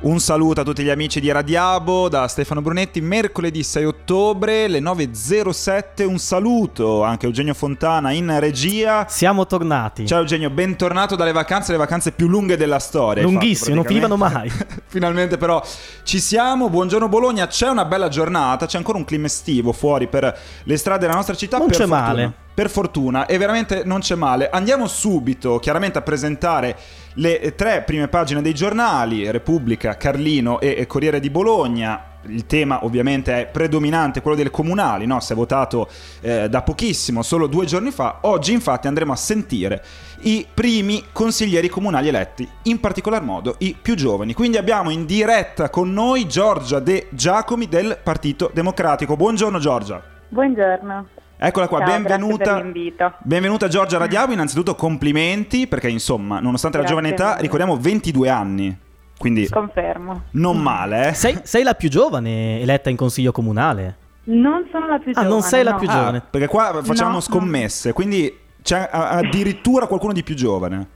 Un saluto a tutti gli amici di Radiabo da Stefano Brunetti, mercoledì 6 ottobre, le 9.07, un saluto anche a Eugenio Fontana in regia. Siamo tornati. Ciao Eugenio, bentornato dalle vacanze, le vacanze più lunghe della storia. Lunghissime, non finivano mai. Finalmente però ci siamo, buongiorno Bologna, c'è una bella giornata, c'è ancora un clima estivo fuori per le strade della nostra città. Non per c'è fortuna. male. Per fortuna, e veramente non c'è male. Andiamo subito chiaramente a presentare le tre prime pagine dei giornali, Repubblica, Carlino e Corriere di Bologna. Il tema ovviamente è predominante, quello delle comunali, no? Si è votato da pochissimo, solo 2 giorni fa. Oggi infatti andremo a sentire i primi consiglieri comunali eletti, in particolar modo i più giovani. Quindi abbiamo in diretta con noi Giorgia De Giacomi del Partito Democratico. Buongiorno Giorgia. Buongiorno. Eccola qua, ciao, benvenuta. Grazie per l'invito. Benvenuta Giorgia Radiabo, innanzitutto complimenti perché insomma, nonostante la giovane età, ricordiamo 22 anni. Quindi confermo. Non male, eh? Sei la più giovane eletta in consiglio comunale? Non sono la più giovane. Non sei la più giovane. Perché qua facciamo scommesse, quindi c'è addirittura qualcuno di più giovane.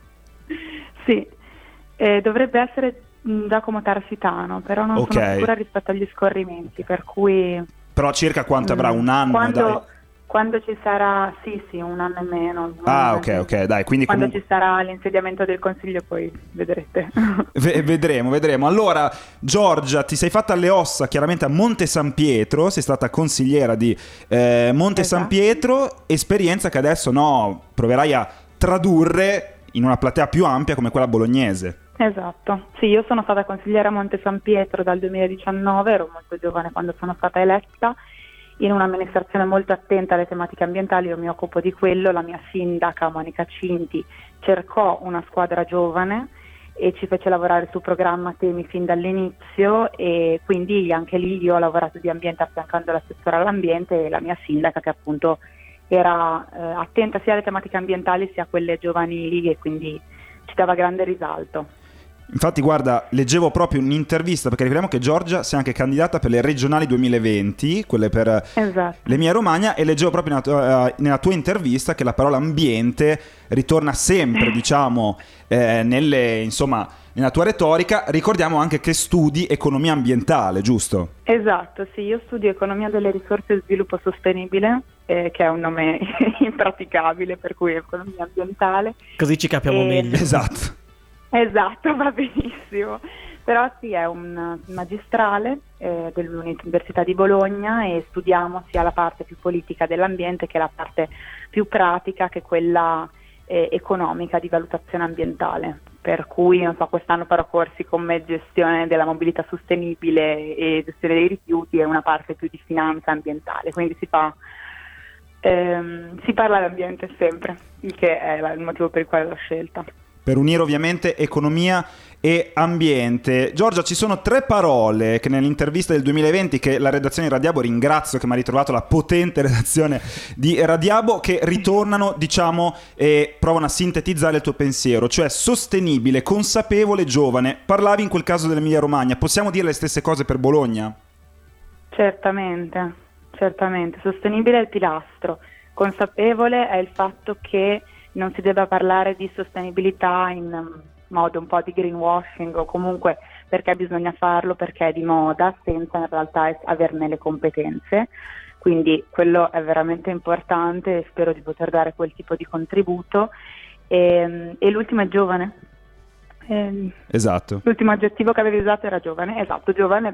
Sì, dovrebbe essere Giacomo Tarsitano, però non sono sicura rispetto agli scorrimenti, per cui... Però circa quanto avrà? Un anno? Quando ci sarà, sì, un anno e meno. Ok, dai. Quindi quando comunque... ci sarà l'insediamento del Consiglio poi vedrete. Vedremo. Allora, Giorgia, ti sei fatta le ossa chiaramente a Monte San Pietro, sei stata consigliera di Monte San Pietro, esperienza che adesso proverai a tradurre in una platea più ampia come quella bolognese. Esatto, sì, io sono stata consigliera a Monte San Pietro dal 2019, ero molto giovane quando sono stata eletta, in un'amministrazione molto attenta alle tematiche ambientali. Io mi occupo di quello, la mia sindaca Monica Cinti cercò una squadra giovane e ci fece lavorare su programma temi fin dall'inizio, e quindi anche lì io ho lavorato di ambiente affiancando l'assessore all'ambiente e la mia sindaca, che appunto era attenta sia alle tematiche ambientali sia a quelle giovanili, e quindi ci dava grande risalto. Infatti guarda, leggevo proprio un'intervista, perché ricordiamo che Giorgia si è anche candidata per le regionali 2020, quelle per l'Emilia Romagna, e leggevo proprio nella tua intervista che la parola ambiente ritorna sempre, nella tua retorica. Ricordiamo anche che studi economia ambientale, giusto? Esatto, sì, io studio economia delle risorse e sviluppo sostenibile, che è un nome impraticabile, per cui economia ambientale. Così ci capiamo meglio. Esatto, va benissimo. Però sì, è un magistrale dell'Università di Bologna, e studiamo sia la parte più politica dell'ambiente che la parte più pratica, che è quella economica di valutazione ambientale. Per cui, quest'anno farò corsi come gestione della mobilità sostenibile e gestione dei rifiuti, e una parte più di finanza ambientale. Quindi si parla di ambiente sempre, il che è il motivo per il quale l'ho scelta. Per unire ovviamente economia e ambiente. Giorgia, ci sono 3 parole che nell'intervista del 2020, che la redazione di Radiabo, ringrazio che mi ha ritrovato la potente redazione di Radiabo, che ritornano e provano a sintetizzare il tuo pensiero, cioè sostenibile, consapevole, giovane. Parlavi in quel caso dell'Emilia Romagna, possiamo dire le stesse cose per Bologna? Certamente, sostenibile è il pilastro, consapevole è il fatto che non si debba parlare di sostenibilità in modo un po' di greenwashing, o comunque perché bisogna farlo, perché è di moda, senza in realtà averne le competenze. Quindi quello è veramente importante, e spero di poter dare quel tipo di contributo. E l'ultimo è giovane. Esatto. L'ultimo aggettivo che avevi usato era giovane. Esatto, giovane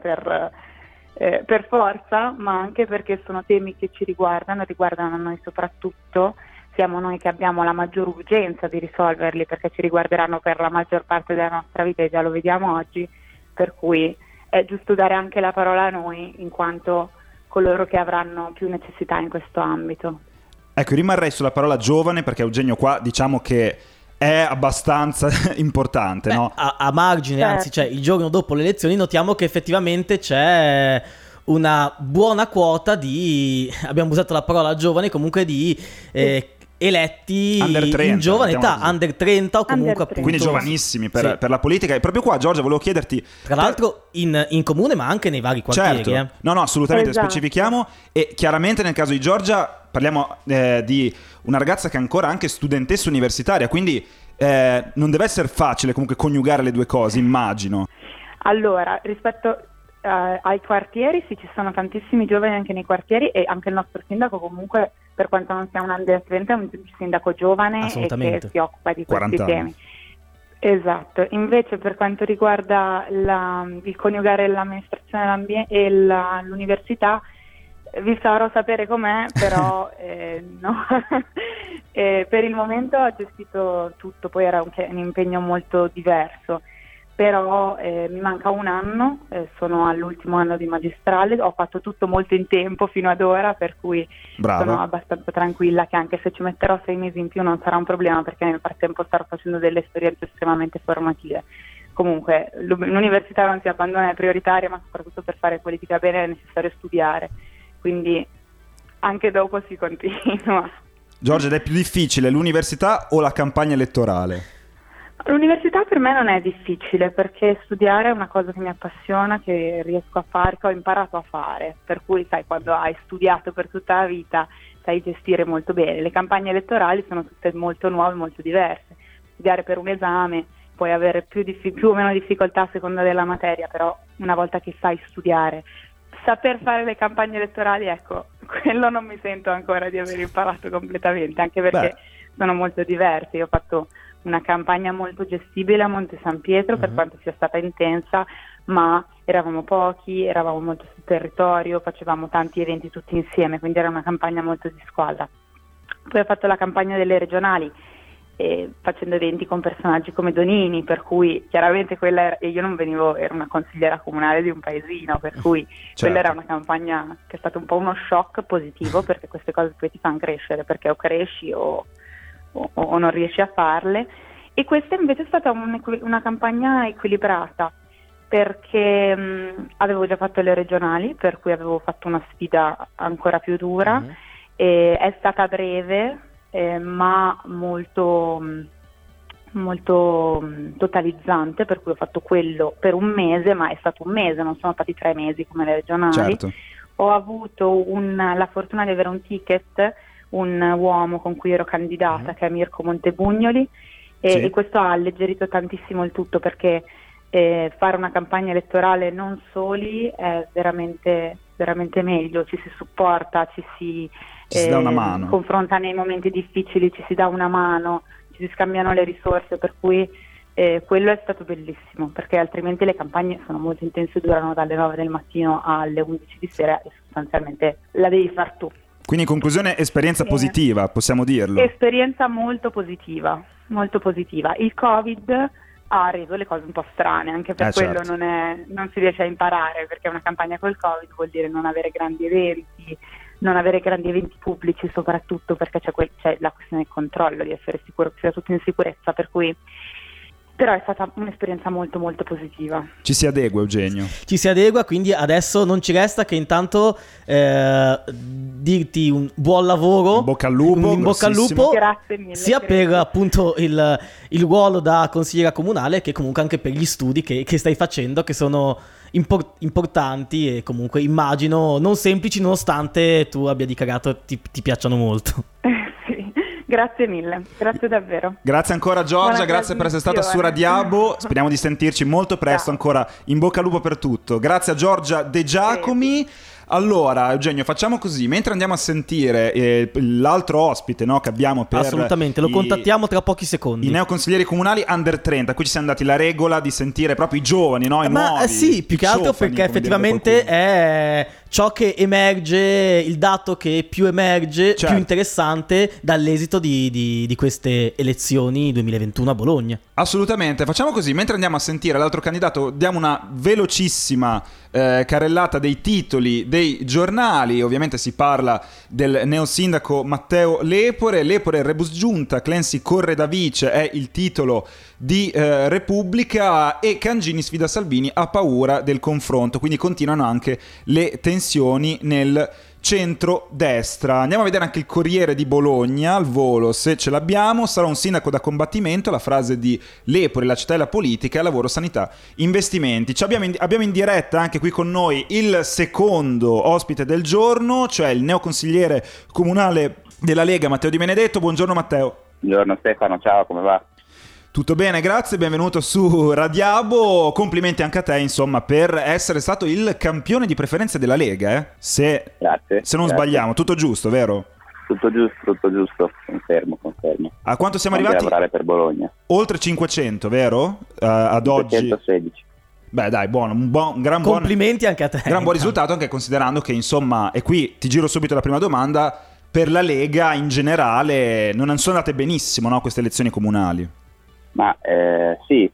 per forza, ma anche perché sono temi che ci riguardano a noi soprattutto. Siamo noi che abbiamo la maggior urgenza di risolverli, perché ci riguarderanno per la maggior parte della nostra vita, e già lo vediamo oggi, per cui è giusto dare anche la parola a noi, in quanto coloro che avranno più necessità in questo ambito. Ecco, rimarrei sulla parola giovane, perché Eugenio qua che è abbastanza importante, no? A margine, anzi, il giorno dopo le elezioni notiamo che effettivamente c'è una buona quota di, abbiamo usato la parola giovane, comunque di eletti under 30, in giovane età, under 30 o comunque appunto, quindi giovanissimi per la politica. E proprio qua, Giorgia, volevo chiederti, tra l'altro in comune, ma anche nei vari quartieri. Certo. No, assolutamente, specifichiamo. E chiaramente nel caso di Giorgia parliamo di una ragazza che è ancora anche studentessa universitaria, quindi non deve essere facile comunque coniugare le due cose, immagino. Allora, rispetto ai quartieri, sì, ci sono tantissimi giovani anche nei quartieri, e anche il nostro sindaco comunque, per quanto non sia un under 30, è un sindaco giovane e che si occupa di questi temi. Esatto. Invece per quanto riguarda il coniugare l'amministrazione e l'università, vi farò sapere com'è, però no. Per il momento ho gestito tutto, poi era un impegno molto diverso. Però mi manca un anno, sono all'ultimo anno di magistrale, ho fatto tutto molto in tempo fino ad ora, per cui sono abbastanza tranquilla che anche se ci metterò 6 mesi in più non sarà un problema, perché nel frattempo starò facendo delle esperienze estremamente formative. Comunque l'università non si abbandona, è prioritaria, ma soprattutto per fare politica bene è necessario studiare, quindi anche dopo si continua. Giorgia, ed è più difficile l'università o la campagna elettorale? L'università per me non è difficile, perché studiare è una cosa che mi appassiona, che riesco a fare, che ho imparato a fare, per cui sai, quando hai studiato per tutta la vita sai gestire molto bene. Le campagne elettorali sono tutte molto nuove, molto diverse. Studiare per un esame puoi avere più o meno difficoltà a seconda della materia, però una volta che sai studiare, saper fare le campagne elettorali, ecco, quello non mi sento ancora di aver imparato completamente, anche perché sono molto diverse. Io ho fatto una campagna molto gestibile a Monte San Pietro, per quanto sia stata intensa, ma eravamo pochi, eravamo molto sul territorio, facevamo tanti eventi tutti insieme, quindi era una campagna molto di squadra. Poi ho fatto la campagna delle regionali, facendo eventi con personaggi come Donini, per cui chiaramente e io non venivo, ero una consigliera comunale di un paesino, per cui quella era una campagna che è stato un po' uno shock positivo, perché queste cose poi ti fanno crescere, perché o cresci o non riesci a farle. E questa invece è stata una campagna equilibrata, perché avevo già fatto le regionali, per cui avevo fatto una sfida ancora più dura, e è stata breve, ma molto totalizzante, per cui ho fatto quello per un mese, ma è stato un mese, non sono stati 3 mesi come le regionali. Certo. Ho avuto la fortuna di avere un ticket, un uomo con cui ero candidata, che è Mirko Montebugnoli, e questo ha alleggerito tantissimo il tutto, perché fare una campagna elettorale non soli è veramente, veramente meglio, ci si supporta, ci si dà una mano, confronta nei momenti difficili, ci si dà una mano, ci si scambiano le risorse, per cui quello è stato bellissimo, perché altrimenti le campagne sono molto intense, durano dalle 9 del mattino alle 11 di sera e sostanzialmente la devi far tu. Quindi in conclusione esperienza positiva, possiamo dirlo. Esperienza molto positiva, molto positiva. Il Covid ha reso le cose un po' strane, anche per quello non si riesce a imparare, perché una campagna col Covid vuol dire non avere grandi eventi pubblici, soprattutto perché c'è la questione del controllo, di essere sicuro che sia tutto in sicurezza, per cui però è stata un'esperienza molto molto positiva. Ci si adegua, Eugenio. Ci si adegua, quindi adesso non ci resta che intanto dirti un buon lavoro, in bocca al lupo, grazie mille, sia per appunto il ruolo da consigliera comunale, che comunque anche per gli studi che stai facendo, che sono importanti e comunque immagino non semplici, nonostante tu abbia dichiarato ti piacciono molto. Grazie mille, grazie davvero. Grazie ancora Giorgia, grazie per essere stata su Radiabo, speriamo di sentirci molto presto, ancora in bocca al lupo per tutto. Grazie a Giorgia De Giacomi. Allora Eugenio, facciamo così, mentre andiamo a sentire l'altro ospite, no, che abbiamo per assolutamente, lo contattiamo tra pochi secondi, i neoconsiglieri comunali under 30, qui ci siamo dati la regola di sentire proprio i giovani, no, i nuovi. Sì, più che altro perché effettivamente è ciò che emerge, il dato che più emerge, più interessante dall'esito di queste elezioni 2021 a Bologna. Assolutamente, facciamo così, mentre andiamo a sentire l'altro candidato diamo una velocissima carrellata dei titoli dei giornali. Ovviamente si parla del neosindaco Matteo Lepore, rebus giunta, Clancy corre da vice è il titolo di Repubblica, e Cangini sfida Salvini, ha paura del confronto, quindi continuano anche le tensioni nel centro-destra. Andiamo a vedere anche il Corriere di Bologna al volo, se ce l'abbiamo. Sarà un sindaco da combattimento, la frase di Lepore, la città e la politica, lavoro, sanità, investimenti. Abbiamo in diretta anche qui con noi il secondo ospite del giorno, cioè il neoconsigliere comunale della Lega Matteo Di Benedetto. Buongiorno Matteo. Buongiorno Stefano, ciao, come va? Tutto bene, grazie, benvenuto su Radiabo. Complimenti anche a te, insomma, per essere stato il campione di preferenze della Lega, eh? Grazie. Se non grazie. Sbagliamo, tutto giusto, vero? Tutto giusto, confermo. A quanto siamo Anche arrivati? lavorare per Bologna. Oltre 500, vero? Ad oggi. 516. Beh, dai, buono, un gran buon Complimenti anche a te. gran buon risultato, anche considerando che, insomma, e qui ti giro subito la prima domanda, per la Lega in generale non sono andate benissimo, no, queste elezioni comunali. Ma sì,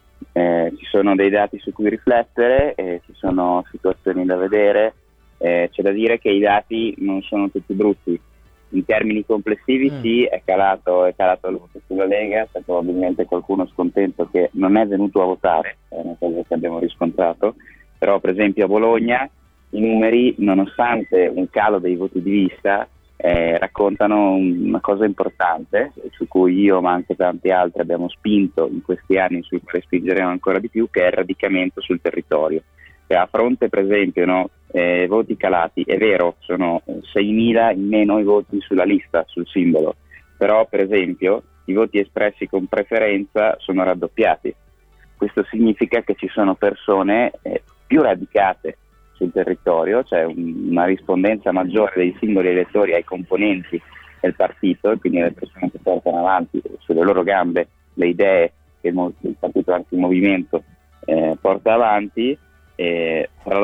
ci sono dei dati su cui riflettere, ci sono situazioni da vedere, c'è da dire che i dati non sono tutti brutti. In termini complessivi sì, è calato il voto sulla Lega, c'è probabilmente qualcuno scontento che non è venuto a votare, è una cosa che abbiamo riscontrato, però per esempio a Bologna i numeri, nonostante un calo dei voti di lista, raccontano una cosa importante su cui io ma anche tanti altri abbiamo spinto in questi anni, sul quale spingeremo ancora di più, che è il radicamento sul territorio. A fronte per esempio voti calati, è vero, sono 6.000 in meno i voti sulla lista, sul simbolo, però per esempio i voti espressi con preferenza sono raddoppiati. Questo significa che ci sono persone più radicate sul territorio, c'è una rispondenza maggiore dei singoli elettori ai componenti del partito, e quindi le persone che portano avanti sulle loro gambe le idee che il partito anti-movimento porta avanti. Tra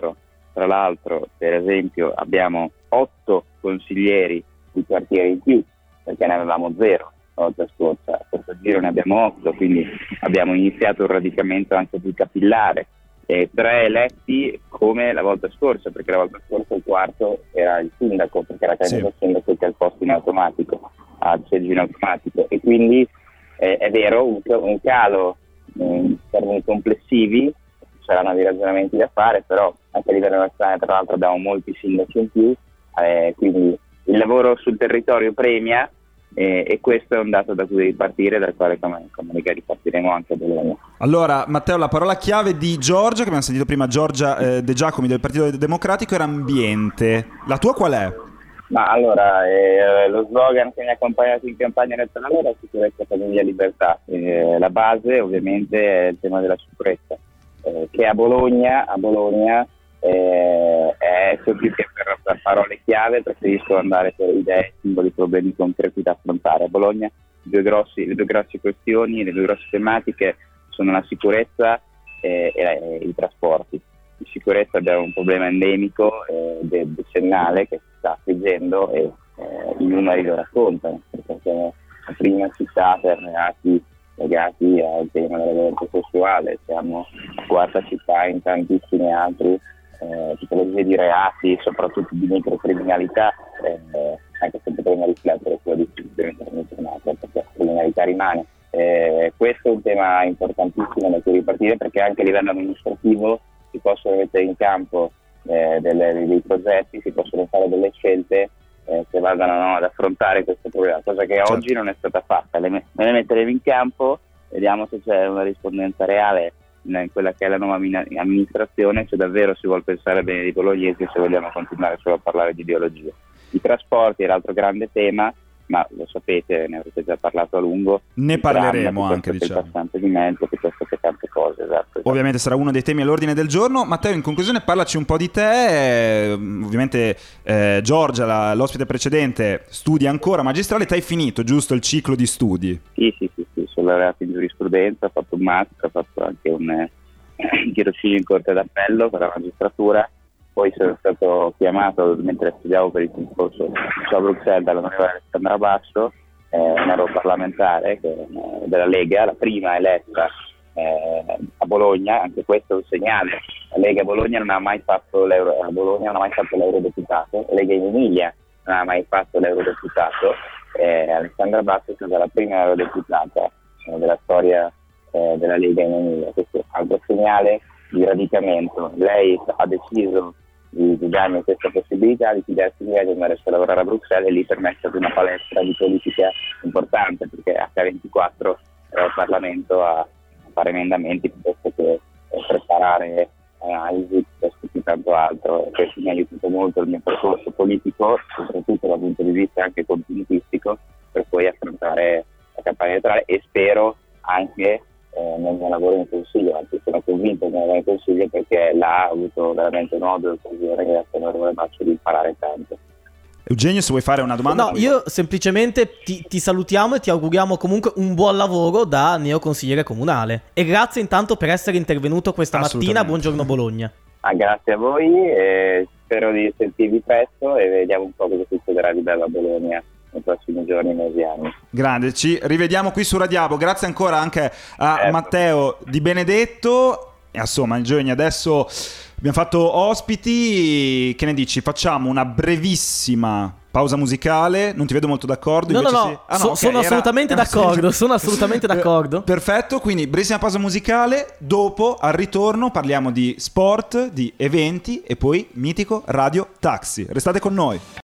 l'altro, per esempio, abbiamo 8 consiglieri di quartiere in più, perché ne avevamo 0 la volta scorsa, questo giro ne abbiamo 8, quindi abbiamo iniziato un radicamento anche più capillare. 3 eletti come la volta scorsa, perché la volta scorsa il quarto era il sindaco, perché era candidato sindaco che ha il posto in automatico, al seggio in automatico, e quindi è vero, un calo in termini complessivi, saranno dei ragionamenti da fare, però anche a livello nazionale tra l'altro abbiamo molti sindaci in più, quindi il lavoro sul territorio premia, e questo è un dato da cui ripartire, dal quale come Lega ripartiremo anche a Bologna. Allora Matteo, la parola chiave di Giorgia, che abbiamo sentito prima, Giorgia De Giacomi del Partito Democratico, era ambiente. La tua qual è? Ma allora, lo slogan che mi ha accompagnato in campagna elettorale era sicurezza, famiglia, libertà. La base ovviamente è il tema della sicurezza, che a Bologna è più che per parole chiave, preferisco andare per idee, simboli, problemi concreti da affrontare. A Bologna le due grosse questioni, le due grosse tematiche sono la sicurezza e i trasporti. In sicurezza abbiamo un problema endemico decennale che si sta affliggendo, e i numeri lo raccontano, perché siamo la prima città per reati legati al tema della violenza sessuale, siamo la quarta città in tantissime altre tipologie di reati, soprattutto di microcriminalità, anche se potremmo riflettere sulla distribuzione internazionale, perché la criminalità rimane. Questo è un tema importantissimo da cui ripartire, perché anche a livello amministrativo si possono mettere in campo dei progetti, si possono fare delle scelte che vadano ad affrontare questo problema, cosa che oggi non è stata fatta. Le metteremo in campo, vediamo se c'è una rispondenza reale in quella che è la nuova amministrazione, se davvero si vuole pensare bene di bolognesi, se vogliamo continuare solo a parlare di ideologia. I trasporti è l'altro grande tema, ma lo sapete, ne avrete già parlato a lungo. Ne parleremo anche, diciamo. Il passante di mezzo, piuttosto che tante cose, esatto. Ovviamente sarà uno dei temi all'ordine del giorno. Matteo, in conclusione parlaci un po' di te. Ovviamente Giorgia, l'ospite precedente, studia ancora magistrale, te hai finito, giusto, il ciclo di studi? Sì, sono laureato in giurisprudenza, ho fatto un master, ho fatto anche un tirocinio in corte d'appello per la magistratura. Poi sono stato chiamato, mentre studiavo per il concorso a Bruxelles, dall'onorevole Alessandra Basso, un europarlamentare della Lega, la prima eletta a Bologna. Anche questo è un segnale. La Lega a Bologna non ha mai fatto l'eurodeputato, la Lega in Emilia non ha mai fatto l'eurodeputato. Alessandra Basso è stata la prima eurodeputata della storia della Lega in Emilia. Questo è un altro segnale di radicamento. Lei ha deciso di darmi questa possibilità di chiedersi di andare a lavorare a Bruxelles, e lì per me è stata una palestra di politica importante, perché H24 era al Parlamento a fare emendamenti piuttosto che preparare analisi, piuttosto che tanto altro. Questo mi ha aiutato molto il mio percorso politico, soprattutto dal punto di vista anche contenutistico, per poi affrontare la campagna elettorale, e spero anche nel mio lavoro in consiglio, anzi sono convinto che lavoro in consiglio perché là ho avuto veramente modo e occasione, grazie all'onorevole Baccio, di imparare tanto. Eugenio, se vuoi fare una domanda? No, io semplicemente ti salutiamo e ti auguriamo comunque un buon lavoro da neoconsigliere comunale. E grazie intanto per essere intervenuto questa mattina. Buongiorno Bologna. Grazie a voi, e spero di sentirvi presto e vediamo un po' cosa succederà di bello a Bologna nei prossimi giorni, mesi, anni. Grande, ci rivediamo qui su Radiabo. Grazie ancora anche a Matteo Di Benedetto. E insomma, Eugenio, adesso abbiamo fatto ospiti. Che ne dici? Facciamo una brevissima pausa musicale. Non ti vedo molto d'accordo? No, okay, sono assolutamente d'accordo. Sono assolutamente d'accordo. Perfetto, quindi brevissima pausa musicale. Dopo, al ritorno, parliamo di sport, di eventi e poi mitico Radio Taxi. Restate con noi.